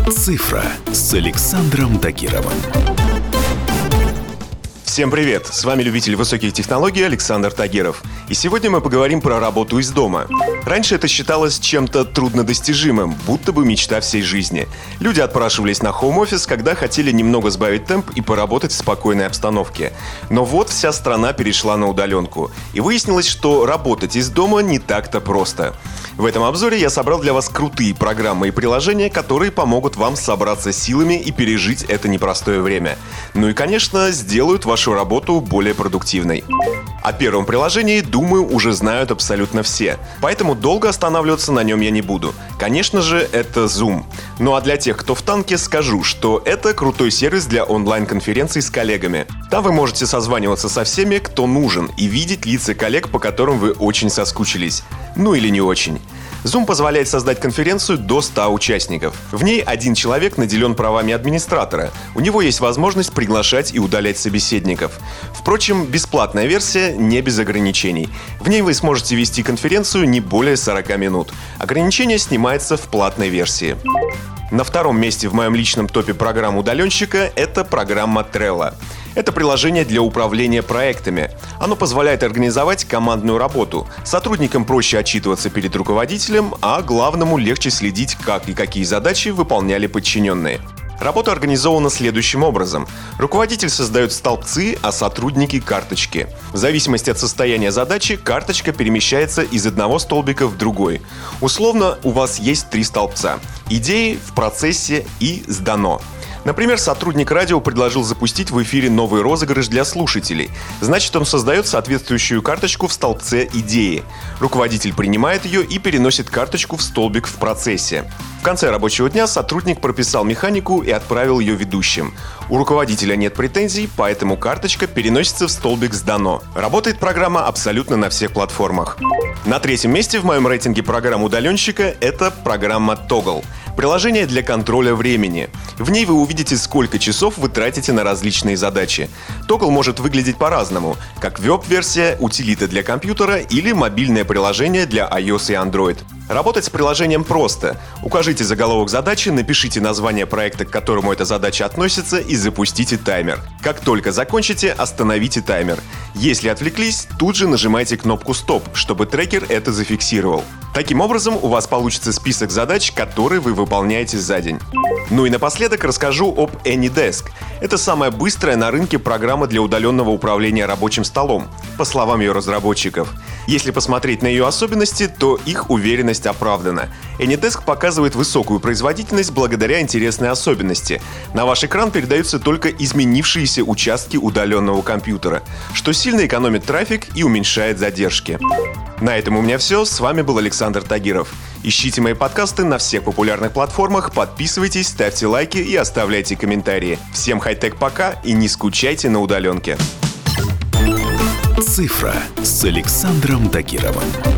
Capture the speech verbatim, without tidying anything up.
Цифра с Александром Тагировым. Всем привет! С вами любитель высоких технологий Александр Тагиров. И сегодня мы поговорим про работу из дома. Раньше это считалось чем-то труднодостижимым, будто бы мечта всей жизни. Люди отпрашивались на хоум-офис, когда хотели немного сбавить темп и поработать в спокойной обстановке. Но вот вся страна перешла на удаленку. И выяснилось, что работать из дома не так-то просто. В этом обзоре я собрал для вас крутые программы и приложения, которые помогут вам собраться силами и пережить это непростое время. Ну и, конечно, сделают вашу работу более продуктивной. О первом приложении, думаю, уже знают абсолютно все. Поэтому долго останавливаться на нем я не буду. Конечно же, это Zoom. Ну а для тех, кто в танке, скажу, что это крутой сервис для онлайн-конференций с коллегами. Там вы можете созваниваться со всеми, кто нужен, и видеть лица коллег, по которым вы очень соскучились. Ну или не очень. Zoom позволяет создать конференцию до ста участников. В ней один человек наделен правами администратора. У него есть возможность приглашать и удалять собеседников. Впрочем, бесплатная версия не без ограничений. В ней вы сможете вести конференцию не более сорока минут. Ограничение снимается в платной версии. На втором месте в моем личном топе программ удаленщика это программа Trello. Это приложение для управления проектами. Оно позволяет организовать командную работу. Сотрудникам проще отчитываться перед руководителем, а главному легче следить, как и какие задачи выполняли подчиненные. Работа организована следующим образом. Руководитель создает столбцы, а сотрудники — карточки. В зависимости от состояния задачи, карточка перемещается из одного столбика в другой. Условно, у вас есть три столбца: идеи, в процессе и сдано. Например, сотрудник радио предложил запустить в эфире новый розыгрыш для слушателей. Значит, он создает соответствующую карточку в столбце идеи. Руководитель принимает ее и переносит карточку в столбик в процессе. В конце рабочего дня сотрудник прописал механику и отправил ее ведущим. У руководителя нет претензий, поэтому карточка переносится в столбик «Сдано». Работает программа абсолютно на всех платформах. На третьем месте в моем рейтинге программ удаленщика это программа Toggl. Приложение для контроля времени. В ней вы увидите, сколько часов вы тратите на различные задачи. Toggl может выглядеть по-разному, как веб-версия, утилита для компьютера или мобильное приложение для iOS и Android. Работать с приложением просто. Укажите заголовок задачи, напишите название проекта, к которому эта задача относится, и запустите таймер. Как только закончите, остановите таймер. Если отвлеклись, тут же нажимайте кнопку «Стоп», чтобы трекер это зафиксировал. Таким образом, у вас получится список задач, которые вы выполняете за день. Ну и напоследок расскажу об AnyDesk. Это самая быстрая на рынке программа для удаленного управления рабочим столом, по словам ее разработчиков. Если посмотреть на ее особенности, то их уверенность оправдана. AnyDesk показывает высокую производительность благодаря интересной особенности. На ваш экран передаются только изменившиеся участки удаленного компьютера, что сильно экономит трафик и уменьшает задержки. На этом у меня все. С вами был Александр Тагиров. Ищите мои подкасты на всех популярных платформах, подписывайтесь, ставьте лайки и оставляйте комментарии. Всем хай-тек пока и не скучайте на удаленке. Цифра с Александром Тагировым.